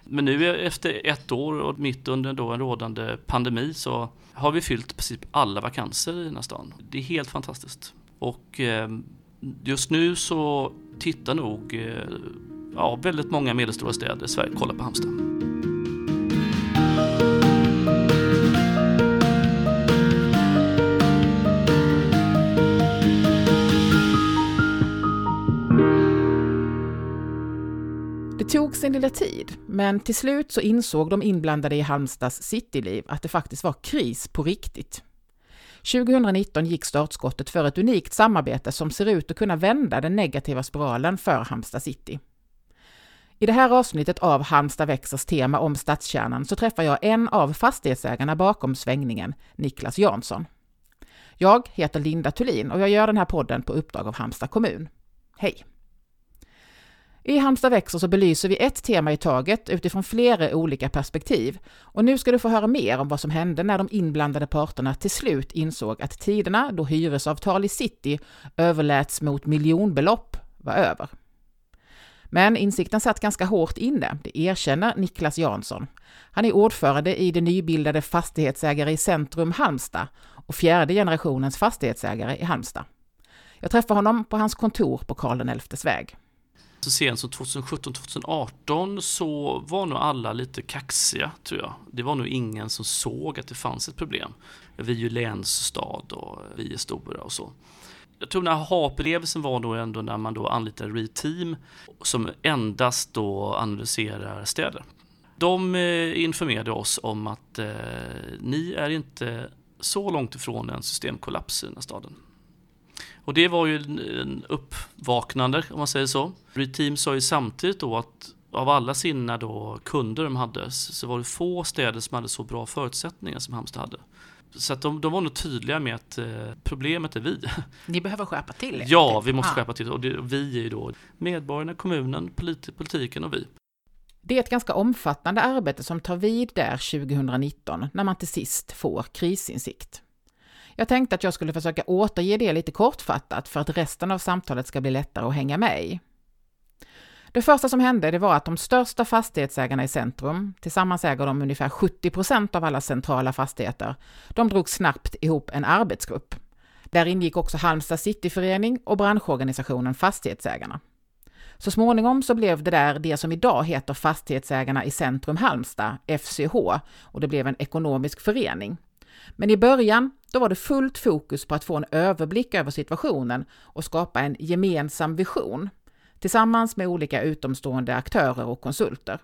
Men nu efter 1 år och mitt under då en rådande pandemi så har vi fyllt i princip alla vakanser i den här stan. Det är helt fantastiskt. Och just nu så tittar nog väldigt många medelstora städer i Sverige kollar på Halmstad. Det tog sin lilla tid, men till slut så insåg de inblandade i Halmstads cityliv att det faktiskt var kris på riktigt. 2019 gick startskottet för ett unikt samarbete som ser ut att kunna vända den negativa spiralen för Halmstad city. I det här avsnittet av Halmstad växers tema om stadskärnan så träffar jag en av fastighetsägarna bakom svängningen, Niklas Jansson. Jag heter Linda Thulin och jag gör den här podden på uppdrag av Halmstad kommun. Hej! I Halmstad växer så belyser vi ett tema i taget utifrån flera olika perspektiv. Och nu ska du få höra mer om vad som hände när de inblandade parterna till slut insåg att tiderna då hyresavtal i city överläts mot miljonbelopp var över. Men insikten satt ganska hårt inne, det erkänner Niklas Jansson. Han är ordförande i det nybildade fastighetsägare i Centrum Halmstad och 4:e generationens fastighetsägare i Halmstad. Jag träffar honom på hans kontor på Karl XI:s väg. Så sent som 2017-2018 så var nog alla lite kaxiga, tror jag. Det var nog ingen som såg att det fanns ett problem. Vi är ju länsstad och vi är stora och så. Jag tror den här ha-upplevelsen var nog ändå när man då anlitade Reteam som endast då analyserar städer. De informerade oss om att ni är inte så långt ifrån en systemkollaps i den här staden. Och det var ju en uppvaknande, om man säger så. Reteam sa ju samtidigt då att av alla sina då kunder de hade så var det få städer som hade så bra förutsättningar som Halmstad hade. Så att de var nog tydliga med att problemet är vi. Ni behöver skärpa till. Ja, vi måste skärpa till. Och vi är ju då medborgarna, kommunen, politiken och vi. Det är ett ganska omfattande arbete som tar vid där 2019 när man till sist får krisinsikt. Jag tänkte att jag skulle försöka återge det lite kortfattat för att resten av samtalet ska bli lättare att hänga med i. Det första som hände det var att de största fastighetsägarna i Centrum, tillsammans äger de ungefär 70% av alla centrala fastigheter, de drog snabbt ihop en arbetsgrupp. Där ingick också Halmstad cityförening och branschorganisationen Fastighetsägarna. Så småningom så blev det där det som idag heter Fastighetsägarna i Centrum Halmstad, FCH, och det blev en ekonomisk förening. Men i början då var det fullt fokus på att få en överblick över situationen och skapa en gemensam vision tillsammans med olika utomstående aktörer och konsulter.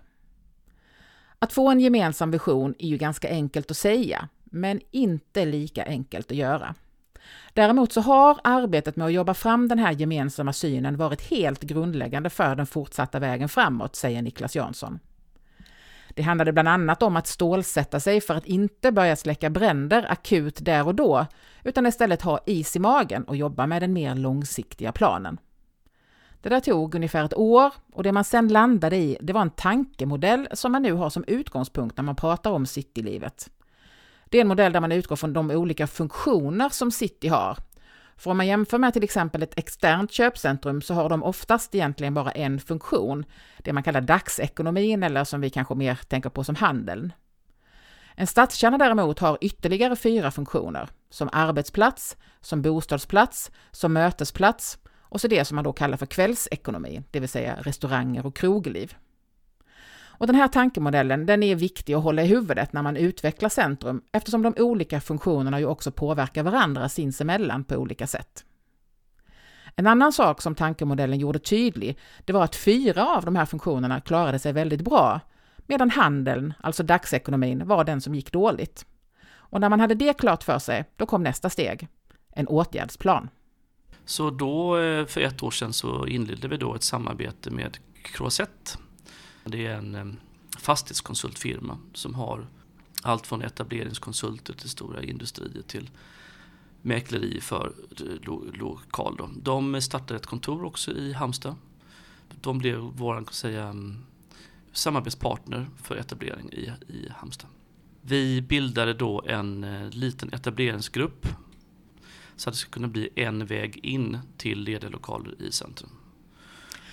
Att få en gemensam vision är ju ganska enkelt att säga, men inte lika enkelt att göra. Däremot så har arbetet med att jobba fram den här gemensamma synen varit helt grundläggande för den fortsatta vägen framåt, säger Niklas Jansson. Det handlade bland annat om att stålsätta sig för att inte börja släcka bränder akut där och då, utan istället ha is i magen och jobba med den mer långsiktiga planen. Det där tog ungefär 1 år och det man sedan landade i det var en tankemodell som man nu har som utgångspunkt när man pratar om citylivet. Det är en modell där man utgår från de olika funktioner som city har. För om man jämför med till exempel ett externt köpcentrum så har de oftast egentligen bara en funktion, det man kallar dagsekonomin eller som vi kanske mer tänker på som handeln. En stadskärna däremot har ytterligare 4 funktioner, som arbetsplats, som bostadsplats, som mötesplats och så det som man då kallar för kvällsekonomi, det vill säga restauranger och krogliv. Och den här tankemodellen den är viktig att hålla i huvudet när man utvecklar centrum eftersom de olika funktionerna ju också påverkar varandra sinsemellan på olika sätt. En annan sak som tankemodellen gjorde tydlig det var att 4 av de här funktionerna klarade sig väldigt bra medan handeln, alltså dagsekonomin, var den som gick dåligt. Och när man hade det klart för sig då kom nästa steg, en åtgärdsplan. Så då för 1 år sedan så inledde vi då ett samarbete med Croisette. Det är en fastighetskonsultfirma som har allt från etableringskonsulter till stora industrier till mäkleri för lokal. De startade ett kontor också i Halmstad. De blev vår samarbetspartner för etablering i Halmstad. Vi bildade då en liten etableringsgrupp så att det ska kunna bli en väg in till lediga lokaler i centrum.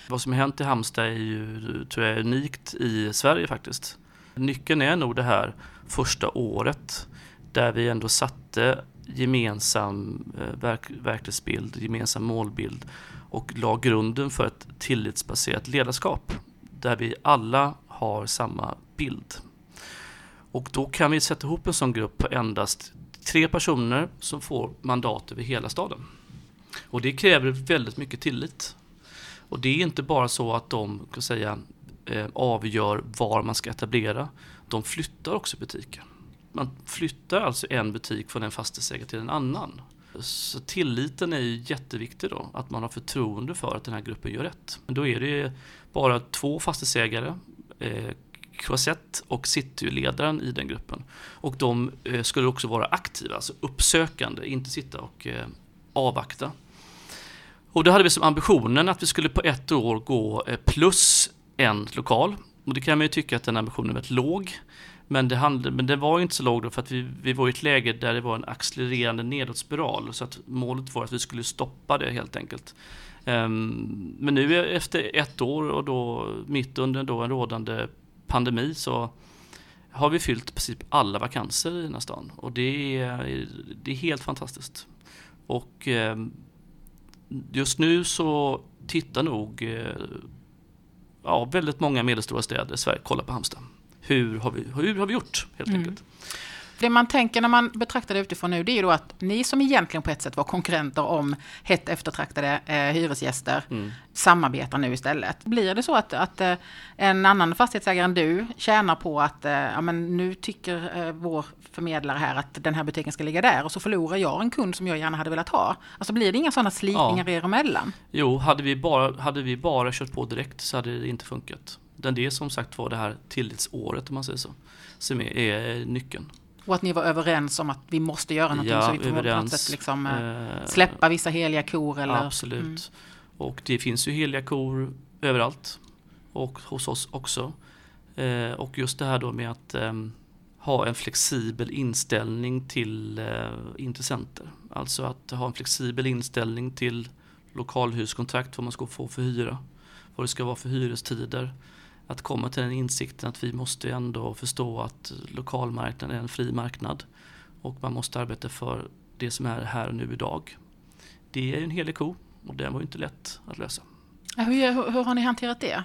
Vad som har hänt i Halmstad är ju, tror jag, unikt i Sverige faktiskt. Nyckeln är nog det här första året där vi ändå satte gemensam verklighetsbild, gemensam målbild och la grunden för ett tillitsbaserat ledarskap där vi alla har samma bild. Och då kan vi sätta ihop en sån grupp på endast 3 personer som får mandat över hela staden. Och det kräver väldigt mycket tillit. Och det är inte bara så att de kan säga, avgör var man ska etablera. De flyttar också butiken. Man flyttar alltså en butik från en fastighetsägare till en annan. Så tilliten är ju jätteviktig då. Att man har förtroende för att den här gruppen gör rätt. Men då är det bara 2 fastighetsägare, Croisette och Cityledaren i den gruppen. Och de skulle också vara aktiva, alltså uppsökande, inte sitta och avvakta. Och då hade vi som ambitionen att vi skulle på 1 år gå plus en lokal. Och det kan man ju tycka att den ambitionen är väldigt låg. Men det var ju inte så låg då, för att vi var i ett läge där det var en accelererande nedåtspiral. Så att målet var att vi skulle stoppa det helt enkelt. Men nu efter 1 år och då mitt under då en rådande pandemi så har vi fyllt i princip alla vakanser i den här stan. Och det är helt fantastiskt. Och just nu så tittar nog väldigt många medelstora städer i Sverige kollar på Halmstad. Hur har vi gjort helt enkelt? Det man tänker när man betraktar det utifrån nu, det är ju då att ni som egentligen på ett sätt var konkurrenter om hett eftertraktade hyresgäster samarbetar nu istället. Blir det så att en annan fastighetsägare än du tjänar på att nu tycker vår förmedlare här att den här butiken ska ligga där och så förlorar jag en kund som jag gärna hade velat ha? Alltså blir det inga sådana slitningar er emellan? Jo, hade vi bara kört på direkt så hade det inte funkat. Det är som sagt var det här tillitsåret, om man säger så, som är nyckeln. Och att ni var överens om att vi måste göra någonting så vi får på något sätt liksom, släppa vissa heliga kor. Eller? Absolut. Och det finns ju heliga kor överallt. Och hos oss också. Och just det här då med att ha en flexibel inställning till intressenter. Alltså att ha en flexibel inställning till lokalhuskontrakt, vad man ska få för hyra. Vad det ska vara för hyrestider. Att komma till den insikten att vi måste ändå förstå att lokalmarknaden är en fri marknad och man måste arbeta för det som är här och nu idag. Det är ju en helig ko och det var ju inte lätt att lösa. Hur har ni hanterat det?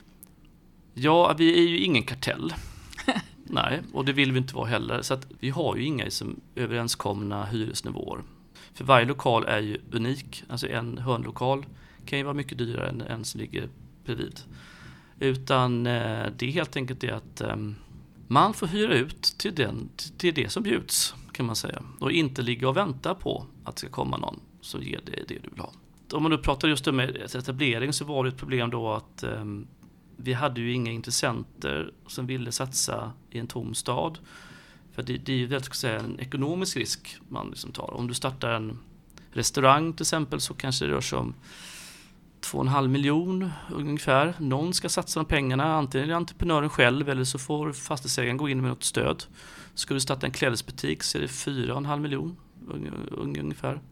Ja, vi är ju ingen kartell. Nej, och det vill vi inte vara heller. Så att vi har ju inga överenskomna hyresnivåer. För varje lokal är ju unik. Alltså en hörnlokal kan ju vara mycket dyrare än en som ligger bredvid. Utan det är helt enkelt det att man får hyra ut till det som bjuds, kan man säga. Och inte ligga och vänta på att det ska komma någon som ger dig det du vill ha. Om man nu pratar just om etablering så var det ett problem då att vi hade ju inga intressenter som ville satsa i en tom stad. För det är ju väldigt en ekonomisk risk man liksom tar. Om du startar en restaurang till exempel så kanske det rör sig om 2,5 miljoner ungefär. Någon ska satsa de pengarna, antingen är det entreprenören själv eller så får fastighetsägaren gå in med något stöd. Ska du starta en klädesbutik så är det 4,5 miljoner ungefär.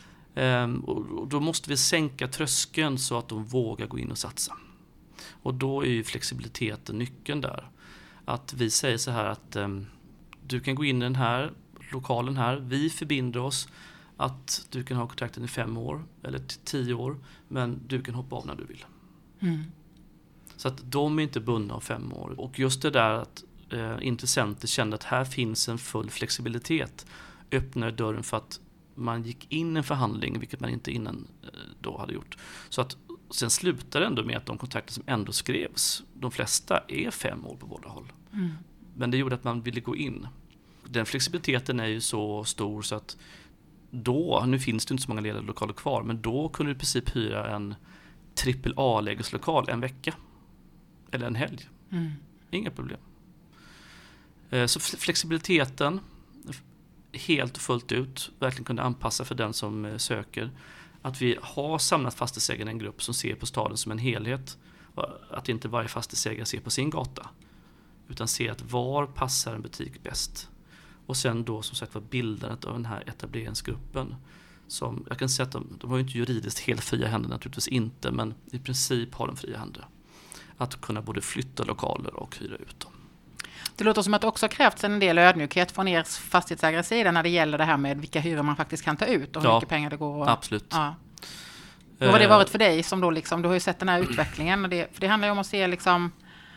Och då måste vi sänka tröskeln så att de vågar gå in och satsa. Och då är ju flexibiliteten nyckeln där. Att vi säger så här att du kan gå in i den här lokalen här. Vi förbinder oss att du kan ha kontrakten i 5 år eller 10 år, men du kan hoppa av när du vill. Så att de är inte bundna av 5 år. Och just det där att intressenter kände att här finns en full flexibilitet öppnar dörren för att man gick in i en förhandling, vilket man inte innan då hade gjort. Så att sen slutar det ändå med att de kontrakter som ändå skrevs, de flesta är 5 år på båda håll. Men det gjorde att man ville gå in. Den flexibiliteten är ju så stor så att då, nu finns det inte så många lediga lokaler kvar, men då kunde du i princip hyra en AAA-lägeslokal en vecka. Eller en helg. Inga problem. Så flexibiliteten helt och fullt ut verkligen kunde anpassa för den som söker. Att vi har samlat fastighetsägare i en grupp som ser på staden som en helhet. Att inte varje fastighetsägare ser på sin gata. Utan ser att var passar en butik bäst. Och sen då som sagt var bildandet av den här etableringsgruppen som jag kan säga att de har ju inte juridiskt helt fria händer, naturligtvis inte, men i princip har de fria händer att kunna både flytta lokaler och hyra ut dem. Det låter som att det också har krävts en del ödmjukhet från er fastighetsägares sida när det gäller det här med vilka hyror man faktiskt kan ta ut och hur mycket pengar det går. Absolut. Ja. Vad har det varit för dig som då liksom, du har ju sett den här utvecklingen och för det handlar ju om att se liksom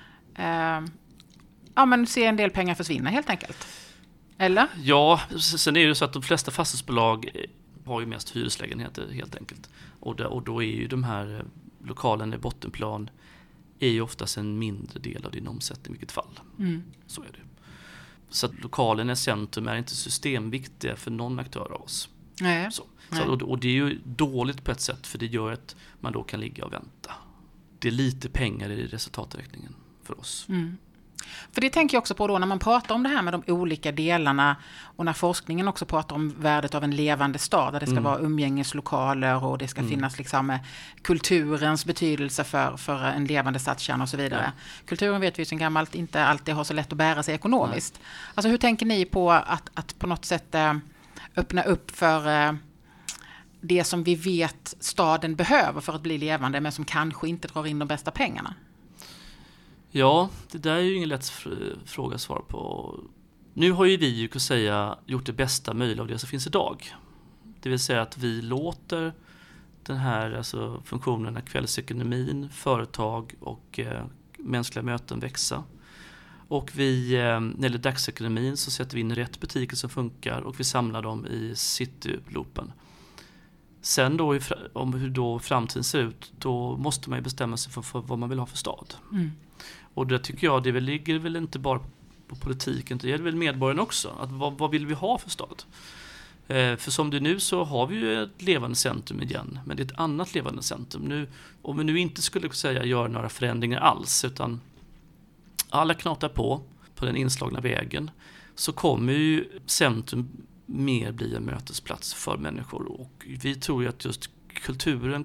men se en del pengar försvinna helt enkelt. Eller? Ja, sen är det ju så att de flesta fastighetsbolag har ju mest hyreslägenheter helt enkelt. Och då är ju de här lokalen i bottenplan är ju oftast en mindre del av din omsättning i vilket fall. Så är det. Så att lokalen i centrum är inte systemviktiga för någon aktör av oss. Nej. Och det är ju dåligt på ett sätt, för det gör att man då kan ligga och vänta. Det är lite pengar i resultaträkningen för oss. För det tänker jag också på då när man pratar om det här med de olika delarna och när forskningen också pratar om värdet av en levande stad där det ska vara umgängeslokaler och det ska finnas liksom kulturens betydelse för en levande stadskärna och så vidare. Ja. Kulturen vet vi sedan gammalt inte alltid har så lätt att bära sig ekonomiskt. Nej. Alltså hur tänker ni på att på något sätt öppna upp för det som vi vet staden behöver för att bli levande men som kanske inte drar in de bästa pengarna? Ja, det där är ju ingen lätt fråga att svara på. Nu har ju vi kan säga gjort det bästa möjliga av det som finns idag. Det vill säga att vi låter den här funktionerna, kvällsekonomin, företag och mänskliga möten växa. Och när det gäller dagsekonomin så sätter vi in rätt butiker som funkar och vi samlar dem i cityloopen. Sen då om hur då framtiden ser ut, då måste man ju bestämma sig för vad man vill ha för stad. Och det tycker jag, det ligger väl inte bara på politiken, det gäller väl medborgarna också. Att vad vill vi ha för stad? För som det är nu så har vi ju ett levande centrum igen, men det är ett annat levande centrum. Nu, om vi nu inte skulle säga göra några förändringar alls, utan alla knatar på den inslagna vägen, så kommer ju centrum mer bli en mötesplats för människor. Och vi tror ju att just kulturen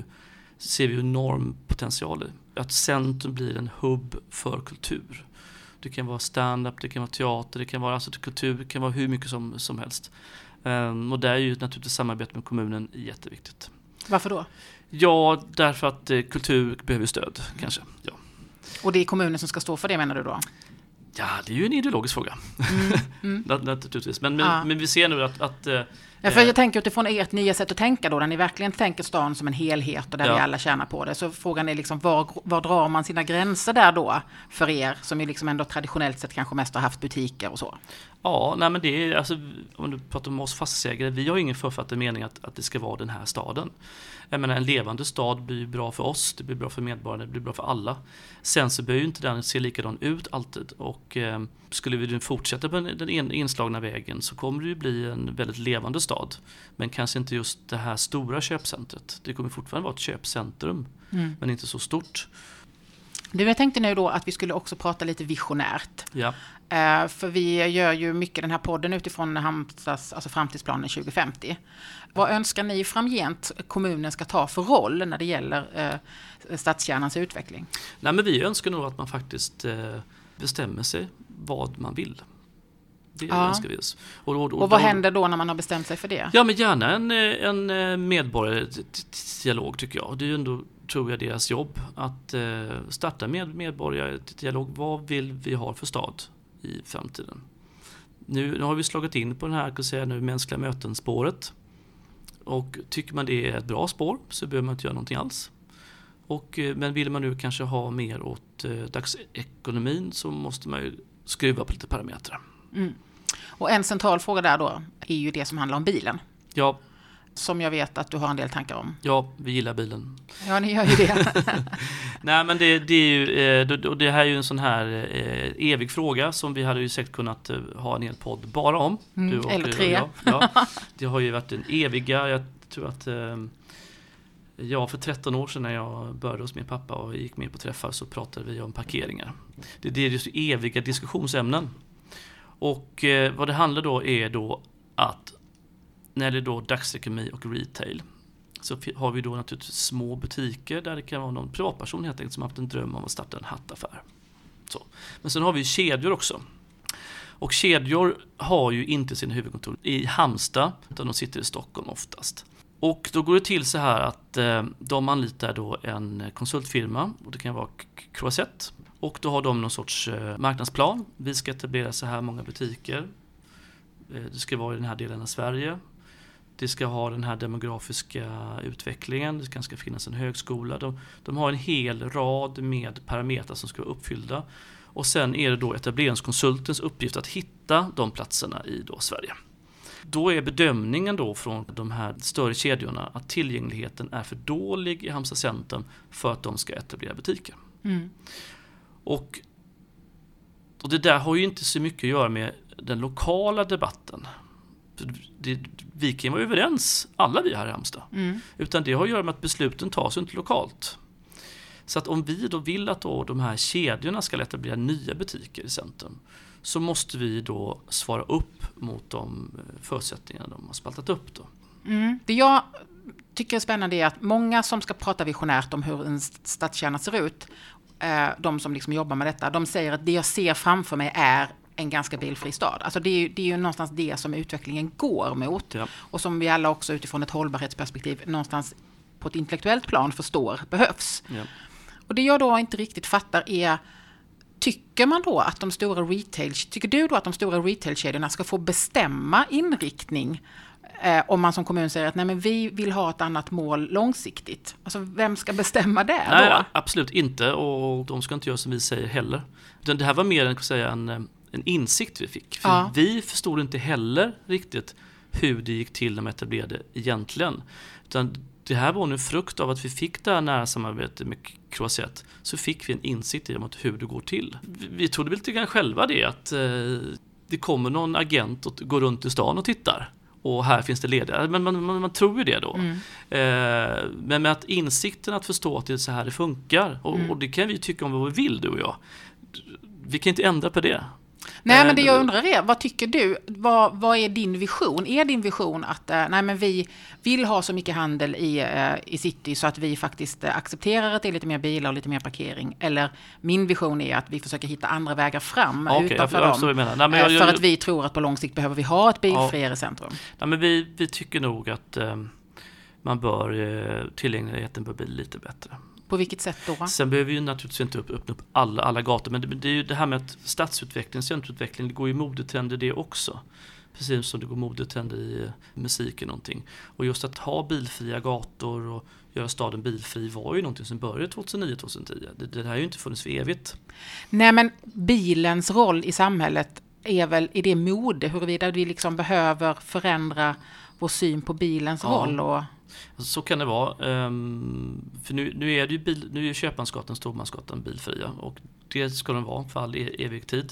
ser vi enorm potential i. Att centrum blir en hubb för kultur. Det kan vara stand-up, det kan vara teater, det kan vara kultur, det kan vara hur mycket som helst. Och där är ju naturligtvis samarbete med kommunen jätteviktigt. Varför då? Ja, därför att kultur behöver stöd, kanske. Ja. Och det är kommunen som ska stå för det, menar du då? Ja, det är ju en ideologisk fråga. Naturligtvis. Men vi ser nu att för jag tänker utifrån ert nya sätt att tänka då, när ni verkligen tänker stan som en helhet och där vi alla tjänar på det. Så frågan är liksom, var drar man sina gränser där då för er som ju liksom ändå traditionellt sett kanske mest har haft butiker och så? Ja, nej men det är om du pratar om oss fastighetsägare, vi har ingen författad mening att det ska vara den här staden. Jag menar, en levande stad blir bra för oss, det blir bra för medborgarna, det blir bra för alla. Sen så behöver ju inte den se likadan ut alltid, och skulle vi fortsätta på den inslagna vägen så kommer det ju bli en väldigt levande stad. Men kanske inte just det här stora köpcentret. Det kommer fortfarande vara ett köpcentrum, men inte så stort. Jag tänkte nu då att vi skulle också prata lite visionärt. Ja. För vi gör ju mycket den här podden utifrån Halmstads, framtidsplanen 2050. Vad önskar ni framgent kommunen ska ta för roll när det gäller stadskärnans utveckling? Nej, men vi önskar nog att man faktiskt bestämmer sig vad man vill. Det önskar vi oss. Och vad händer då när man har bestämt sig för det? Ja, men gärna en medborgardialog tycker jag. Det är ju ändå, tror jag, deras jobb att starta med medborgardialog. Vad vill vi ha för stad i framtiden? Nu har vi slagit in på den här mänskliga möten-spåret. Och tycker man det är ett bra spår så behöver man inte göra någonting alls. Men vill man nu kanske ha mer åt dagsekonomin så måste man ju skruva på lite parametrar. Och en central fråga där då är ju det som handlar om bilen. Ja. Som jag vet att du har en del tankar om. Ja, vi gillar bilen. Ja, ni gör ju det. Nej, men det är ju, det här är ju en sån här evig fråga som vi hade ju säkert kunnat ha en hel podd bara om. Du och, eller 3. Ja, det har ju varit en eviga, jag tror att för 13 år sedan när jag började hos min pappa och gick med på träffar så pratade vi om parkeringar. Det är just eviga diskussionsämnen. Och vad det handlar då är då att när det är då dagsekonomi och retail så har vi då naturligtvis små butiker där det kan vara någon privatperson helt enkelt som har haft en dröm om att starta en hattaffär. Så. Men sen har vi kedjor också. Och kedjor har ju inte sin huvudkontor i Halmstad, utan de sitter i Stockholm oftast. Och då går det till så här att de anlitar då en konsultfirma, och det kan vara Croisette. Och då har de någon sorts marknadsplan. Vi ska etablera så här många butiker. Det ska vara i den här delen av Sverige. Det ska ha den här demografiska utvecklingen. Det ska finnas en högskola. De har en hel rad med parametrar som ska vara uppfyllda. Och sen är det då etableringskonsultens uppgift att hitta de platserna i då Sverige. Då är bedömningen då från de här större kedjorna att tillgängligheten är för dålig i Halmstad centrum för att de ska etablera butiker. Mm. Och det där har ju inte så mycket att göra med den lokala debatten. Vi kan vara överens, alla vi här i Halmstad. Mm. Utan det har att göra med att besluten tas inte lokalt. Så att om vi då vill att då de här kedjorna ska etablera nya butiker i centrum, så måste vi då svara upp mot de förutsättningar de har spaltat upp då. Mm. Det jag tycker är spännande är att många som ska prata visionärt om hur en stadskärna ser ut, de som liksom jobbar med detta, de säger att det jag ser framför mig är en ganska bilfri stad. Alltså det är ju någonstans det som utvecklingen går mot. Ja. Och som vi alla också utifrån ett hållbarhetsperspektiv någonstans på ett intellektuellt plan förstår behövs. Ja. Och det jag då inte riktigt fattar är, tycker du då att de stora retailkedjorna ska få bestämma inriktning om man som kommun säger att nej, men vi vill ha ett annat mål långsiktigt? Alltså vem ska bestämma det då? Nej, absolut inte, och de ska inte göra som vi säger heller. Det här var mer en insikt vi fick. För vi förstod inte heller riktigt hur det gick till när man etablerade egentligen. Utan det här var nu frukt av att vi fick det här nära samarbetet med Croisette, så fick vi en insikt i hur det går till. Vi trodde väl lite grann själva det, att det kommer någon agent och går runt i stan och tittar. Och här finns det lediga. Men man tror ju det då. Mm. Men med att insikten att förstå att det är så här det funkar. Och det kan vi tycka om vad vi vill, du och jag. Vi kan inte ändra på det. Nej, men det jag undrar är, vad tycker du? Vad är din vision? Är din vision att vi vill ha så mycket handel i city så att vi faktiskt accepterar att det är lite mer bilar och lite mer parkering? Eller min vision är att vi försöker hitta andra vägar fram utanför dem. För att vi tror att på lång sikt behöver vi ha ett bilfriare centrum. Nej, men vi tycker nog att tillgängligheten bör bli lite bättre. På vilket sätt då? Sen behöver vi ju naturligtvis inte öppna upp alla gator. Men det är ju det här med att stadsutveckling, centrumutveckling, det går ju modetrender det också. Precis som det går modetrender i musiken någonting. Och just att ha bilfria gator och göra staden bilfri var ju någonting som började 2009-2010. Det här har ju inte funnits för evigt. Nej, men bilens roll i samhället är det mode? Huruvida vi liksom behöver förändra vår syn på bilens roll och... Så kan det vara. För nu är det ju nu är Köpmansgatan och Stormansgatan bilfria, och det ska de vara för all evig tid.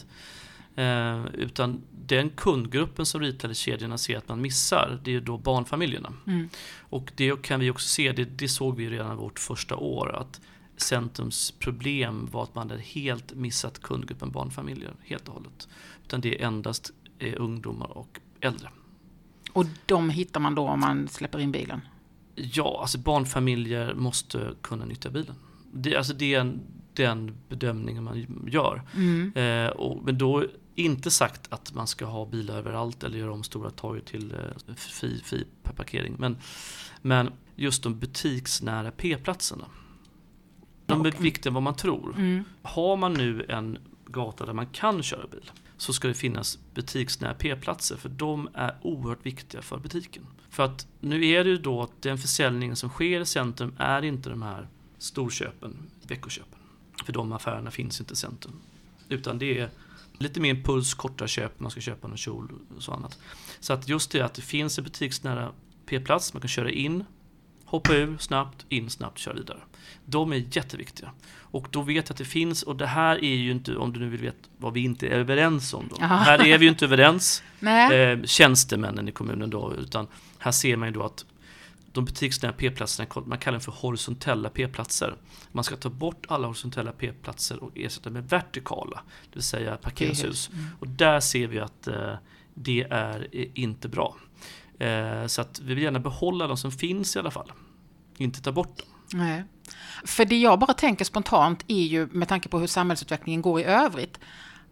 Utan den kundgruppen som retailerkedjorna ser att man missar, det är då barnfamiljerna. Mm. Och det kan vi också se, det såg vi redan vårt första år, att Centrums problem var att man hade helt missat kundgruppen barnfamiljer helt och hållet. Utan det är endast ungdomar och äldre. Och de hittar man då om man släpper in bilen? Ja, alltså barnfamiljer måste kunna nyttja bilen. Det är den bedömningen man gör. Mm. Men då inte sagt att man ska ha bilar överallt eller göra om stora torg till fri parkering. Men just de butiksnära p-platserna. De är viktiga vad man tror. Mm. Har man nu en gata där man kan köra bil, så ska det finnas butiksnära p-platser, för de är oerhört viktiga för butiken. För att nu är det ju då att den försäljningen som sker i centrum är inte de här storköpen, veckoköpen. För de affärerna finns inte i centrum. Utan det är lite mer impuls, korta köp, man ska köpa en kjol och så annat. Så att just det att det finns en butiksnära p-plats, man kan köra in, hoppa ur snabbt, in snabbt, köra vidare. De är jätteviktiga. Och då vet jag att det finns, och det här är ju inte, om du nu vill veta vad vi inte är överens om då. Här är vi ju inte överens, tjänstemännen i kommunen då, utan här ser man ju då att de butiksnära p-platserna, man kallar dem för horisontella p-platser. Man ska ta bort alla horisontella p-platser och ersätta med vertikala, det vill säga parkeringshus. Mm. Och där ser vi att det är inte bra. Så att vi vill gärna behålla de som finns i alla fall. Inte ta bort dem. Nej. För det jag bara tänker spontant är ju, med tanke på hur samhällsutvecklingen går i övrigt,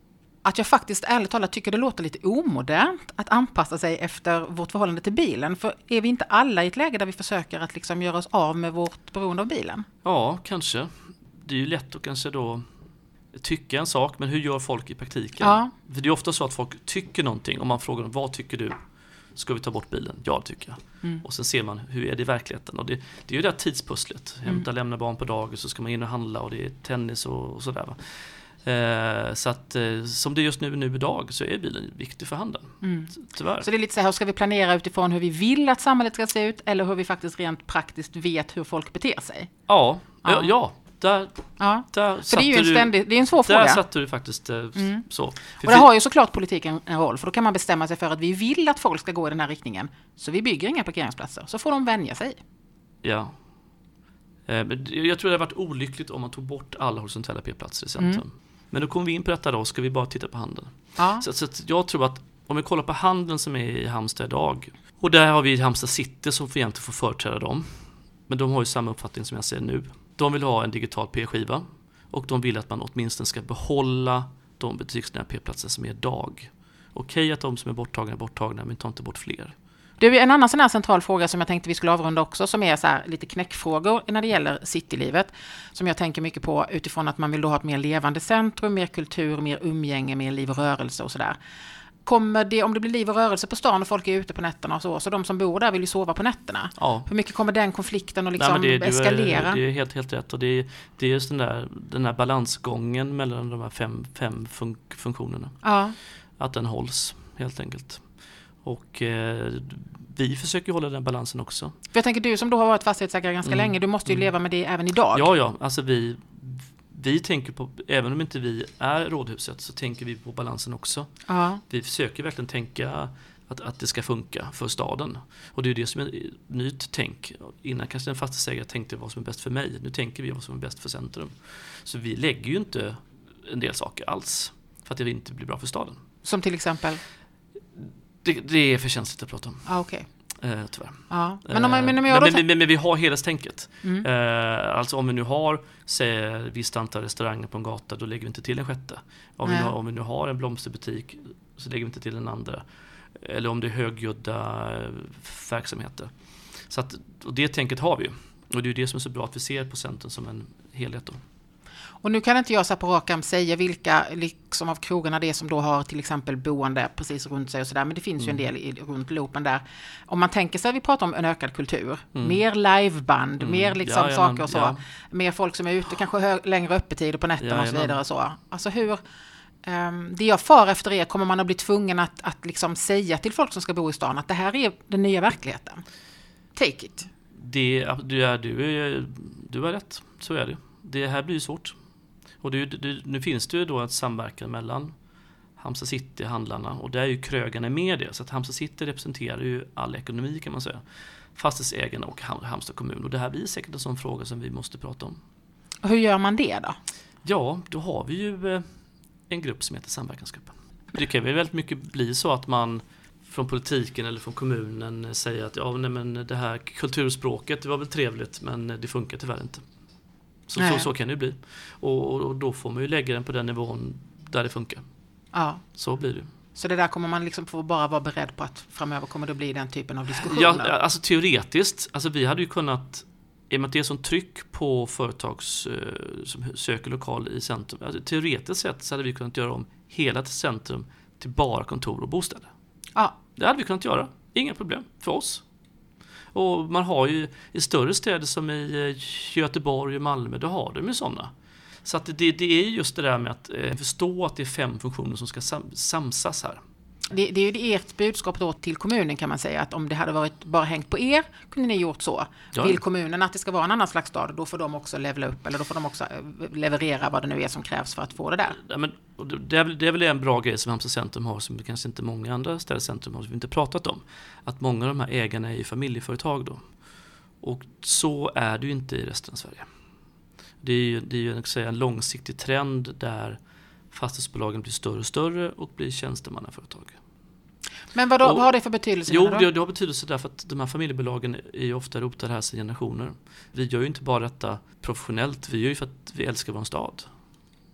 att jag faktiskt ärligt talat tycker det låter lite omodernt att anpassa sig efter vårt förhållande till bilen. För är vi inte alla i ett läge där vi försöker att liksom göra oss av med vårt beroende av bilen? Ja, kanske. Det är ju lätt att kanske då tycka en sak, men hur gör folk i praktiken? Ja. För det är ofta så att folk tycker någonting. Om man frågar dem, vad tycker du? Ska vi ta bort bilen? Ja, tycker jag. Och sen ser man, hur är det i verkligheten? Och det är ju det här tidspusslet. Hämta, lämna barn på dagis, så ska man in och handla och det är tennis och sådär, va? Så att som det är just nu idag så är bilen viktig för handeln. Tyvärr. Så det är lite så här, ska vi planera utifrån hur vi vill att samhället ska se ut eller hur vi faktiskt rent praktiskt vet hur folk beter sig? Ja. Där för det är ju en svår fråga. Där satte du faktiskt så. Och det har ju såklart politiken en roll, för då kan man bestämma sig för att vi vill att folk ska gå i den här riktningen, så vi bygger inga parkeringsplatser, så får de vänja sig. Ja. Jag tror det har varit olyckligt om man tog bort alla horisontella p-platser i centrum. Men då kommer vi in på detta då, ska vi bara titta på handeln. Ja. Så att jag tror att om vi kollar på handeln som är i Halmstad idag, och där har vi Halmstad City som får egentligen få företräda dem. Men de har ju samma uppfattning som jag ser nu. De vill ha en digital p-skiva och de vill att man åtminstone ska behålla de butiksnära p-platser som är idag. Okej att de som är borttagna, men ta inte bort fler. Det är en annan sån här central fråga som jag tänkte vi skulle avrunda också, som är så här lite knäckfrågor när det gäller citylivet, som jag tänker mycket på utifrån att man vill då ha ett mer levande centrum, mer kultur, mer umgänge, mer liv och rörelse och sådär. Kommer det, om det blir liv och rörelse på stan och folk är ute på nätterna och så de som bor där vill ju sova på nätterna. Ja. Hur mycket kommer den konflikten att liksom eskalera? Det är helt rätt, och det är just den här balansgången mellan de här fem funktionerna. Ja. Att den hålls, helt enkelt. Och vi försöker hålla den balansen också. För jag tänker, du som då har varit fastighetsägare ganska länge, du måste ju leva med det även idag. Ja, alltså vi tänker på, även om inte vi är rådhuset, så tänker vi på balansen också. Ja. Vi försöker verkligen tänka att det ska funka för staden. Och det är det som är nytt tänk. Innan kanske en fastighetsägare tänkte vad som är bäst för mig. Nu tänker vi vad som är bäst för centrum. Så vi lägger ju inte en del saker alls för att det inte blir bra för staden. Som till exempel? Det är för känsligt att prata om. Okej. Tyvärr. Ja. Men vi har helhetstänket. Alltså om vi nu har visst antal restauranger på en gata, då lägger vi inte till en sjätte. Om vi nu har en blomsterbutik, så lägger vi inte till en andra. Eller om det är högljudda verksamheter. Så att, och det tänket har vi ju. Och det är ju det som är så bra, att vi ser på centrum som en helhet då. Och nu kan inte jag så på rakam säga vilka liksom av krogarna det är som då har till exempel boende precis runt sig och sådär, men det finns ju en del runt loopen där. Om man tänker sig, vi pratar om en ökad kultur, mer liveband, mer liksom saker och så, mer folk som är ute, kanske längre öppettider på nätterna och så vidare och så. Alltså hur, det jag far efter är, kommer man att bli tvungen att liksom säga till folk som ska bo i stan att det här är den nya verkligheten? Take it. Du har rätt, så är det. Det här blir ju svårt. Och nu finns det ju då ett samverkan mellan Halmstad City, handlarna, och där är ju krögarna med det. Så att Halmstad City representerar ju all ekonomi, kan man säga. Fastighetsägarna och Halmstad kommun. Och det här blir säkert en sån fråga som vi måste prata om. Och hur gör man det då? Ja, då har vi ju en grupp som heter Samverkansgruppen. Det kan väl väldigt mycket bli så att man från politiken eller från kommunen säger att men det här kulturspråket, det var väl trevligt, men det funkar tyvärr inte. Så kan det bli. Och då får man ju lägga den på den nivån där det funkar. Ja. Så blir det. Så det där kommer man liksom få bara vara beredd på att framöver kommer det bli den typen av diskussioner? Ja, alltså teoretiskt. Alltså vi hade ju kunnat, i och med att det är sån tryck på företag som söker lokal i centrum. Alltså, teoretiskt sett så hade vi kunnat göra om hela centrum till bara kontor och bostäder. Ja. Det hade vi kunnat göra. Inga problem för oss. Och man har ju i större städer som i Göteborg och Malmö, då har de ju sådana. Så att det är just det där med att förstå att det är 5 funktioner som ska samsas här. Det är ju ert budskap då till kommunen, kan man säga, att om det hade varit bara hängt på er kunde ni gjort så. Ja. Vill kommunen att det ska vara en annan slags stad, då får de också levela upp, eller då får de också leverera vad det nu är som krävs för att få det där. Ja, men det är väl en bra grej som Halmstad centrum har, som kanske inte många andra städcentrum har, som vi inte pratat om. Att många av de här ägarna är familjeföretag då. Och så är det ju inte i resten av Sverige. Det är ju en långsiktig trend där fastighetsbolagen blir större och större och blir tjänstemannaföretag. Men vad har det för betydelse? Jo, det har betydelse därför att de här familjebolagen är ju ofta rotade här sedan generationer. Vi gör ju inte bara detta professionellt, vi gör ju för att vi älskar vår stad.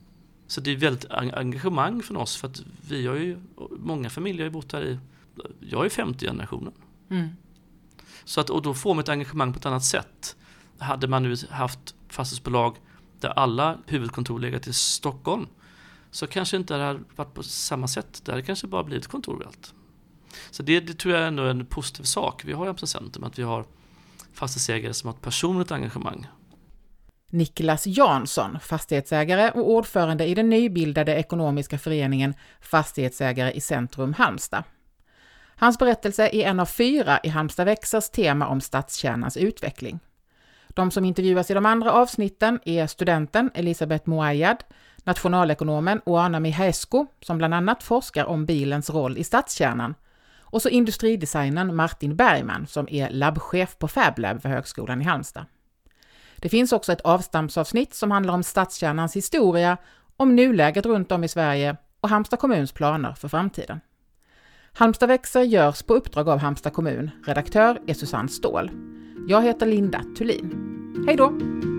Så det är väldigt engagemang från oss, för att vi har ju, många familjer har ju bott här i, jag är 50-generationen. Så att, och då får man ett engagemang på ett annat sätt. Hade man nu haft fastighetsbolag där alla huvudkontor legat i Stockholm, så kanske inte det hade varit på samma sätt. Där det kanske bara blivit kontorvält. Så det tror jag ändå är en positiv sak. Vi har ju Centrum, att vi har fastighetsägare som har ett personligt engagemang. Niklas Jansson, fastighetsägare och ordförande i den nybildade ekonomiska föreningen Fastighetsägare i Centrum Halmstad. Hans berättelse är en av 4 i Halmstad Växers tema om stadskärnans utveckling. De som intervjuas i de andra avsnitten är studenten Elisabeth Moayad, nationalekonomen Oana Mihaescu, som bland annat forskar om bilens roll i stadskärnan, och så industridesignern Martin Bergman, som är labbchef på FabLab för Högskolan i Halmstad. Det finns också ett avstampsavsnitt som handlar om stadskärnans historia, om nuläget runt om i Sverige och Halmstad kommuns planer för framtiden. Halmstad Växer görs på uppdrag av Halmstad kommun. Redaktör är Susanne Ståhl. Jag heter Linda Thulin. Hej då!